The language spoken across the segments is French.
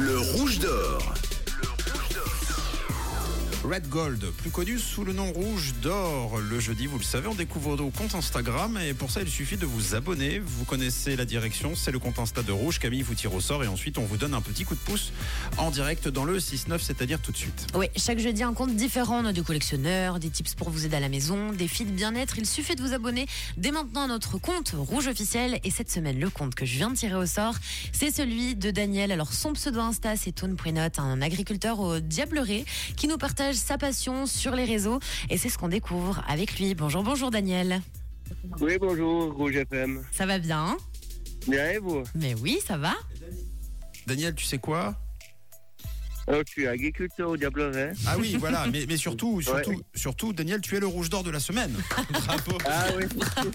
Le rouge d'or. Red Gold, plus connu sous le nom Rouge d'Or. Le jeudi, vous le savez, on découvre nos comptes Instagram et pour ça, il suffit de vous abonner. Vous connaissez la direction, c'est le compte Insta de Rouge. Camille vous tire au sort et ensuite, on vous donne un petit coup de pouce en direct dans le 6-9, c'est-à-dire tout de suite. Oui, chaque jeudi, un compte différent. On a des collectionneurs, des tips pour vous aider à la maison, des feeds bien-être. Il suffit de vous abonner dès maintenant à notre compte Rouge officiel. Et cette semaine, le compte que je viens de tirer au sort, c'est celui de Daniel. Alors, son pseudo Insta, c'est Toon.note, un agriculteur au Diableret qui nous partage sa passion sur les réseaux et c'est ce qu'on découvre avec lui. Bonjour Daniel. Oui, bonjour, Rouge FM. Ça va bien hein? Bien et vous? Mais oui, ça va. Daniel, tu sais quoi? Je suis agriculteur au Diableret. Ah oui, voilà, mais surtout, Daniel, tu es le Rouge d'Or de la semaine. Bravo. Ah oui.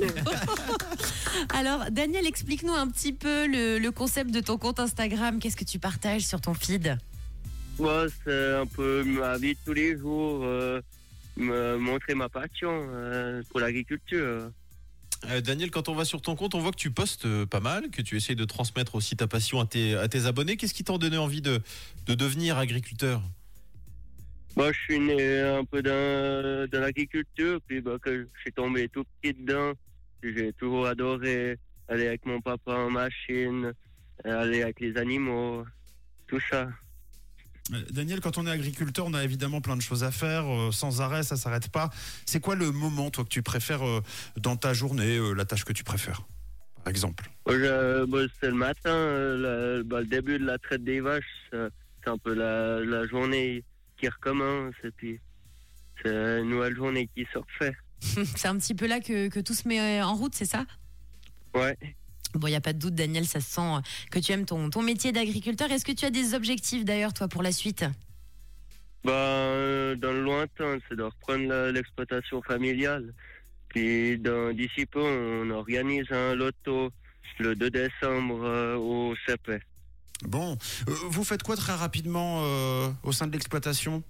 Alors, Daniel, explique-nous un petit peu le concept de ton compte Instagram. Qu'est-ce que tu partages sur ton feed? Moi, c'est un peu ma vie de tous les jours, me montrer ma passion pour l'agriculture. Daniel, quand on va sur ton compte, on voit que tu postes pas mal, que tu essayes de transmettre aussi ta passion à tes abonnés. Qu'est-ce qui t'a donné envie de devenir agriculteur? Moi, je suis né un peu dans l'agriculture, puis que je suis tombé tout petit dedans. J'ai toujours adoré aller avec mon papa en machine, aller avec les animaux, tout ça. Daniel, quand on est agriculteur, on a évidemment plein de choses à faire, sans arrêt, ça s'arrête pas. C'est quoi le moment, toi, que tu préfères dans ta journée, la tâche que tu préfères, par exemple? C'est le matin, le début de la traite des vaches, c'est un peu la journée qui recommence, et puis c'est une nouvelle journée qui se refait. C'est un petit peu là que tout se met en route, c'est ça? Ouais. Bon, il n'y a pas de doute, Daniel, ça se sent que tu aimes ton métier d'agriculteur. Est-ce que tu as des objectifs d'ailleurs, toi, pour la suite? Dans le lointain, c'est de reprendre l'exploitation familiale. Puis d'ici peu, on organise un loto le 2 décembre au CP. Bon, vous faites quoi très rapidement au sein de l'exploitation?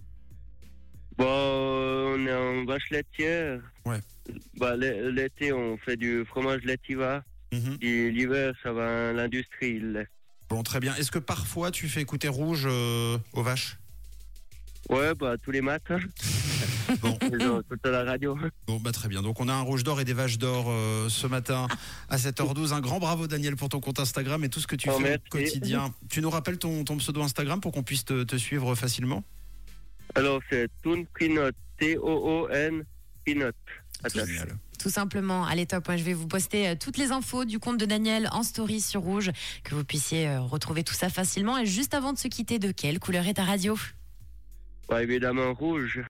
On est en vache laitière. Ouais. L'été, on fait du fromage laitivar. Et l'hiver, ça va à l'industrie. Bon, très bien. Est-ce que parfois tu fais écouter Rouge aux vaches? Ouais, tous les matins. Bon. Tout à la radio. Bon, très bien. Donc on a un Rouge d'Or et des vaches d'or ce matin à 7h12. Un grand bravo, Daniel, pour ton compte Instagram et tout ce que tu fais merci. au quotidien. Tu nous rappelles ton pseudo Instagram pour qu'on puisse te suivre facilement? Alors, c'est Toon.note, Toon Pinot. Génial. Tout simplement, allez top, je vais vous poster toutes les infos du compte de Daniel en story sur Rouge, que vous puissiez retrouver tout ça facilement. Et juste avant de se quitter, de quelle couleur est ta radio? Évidemment rouge.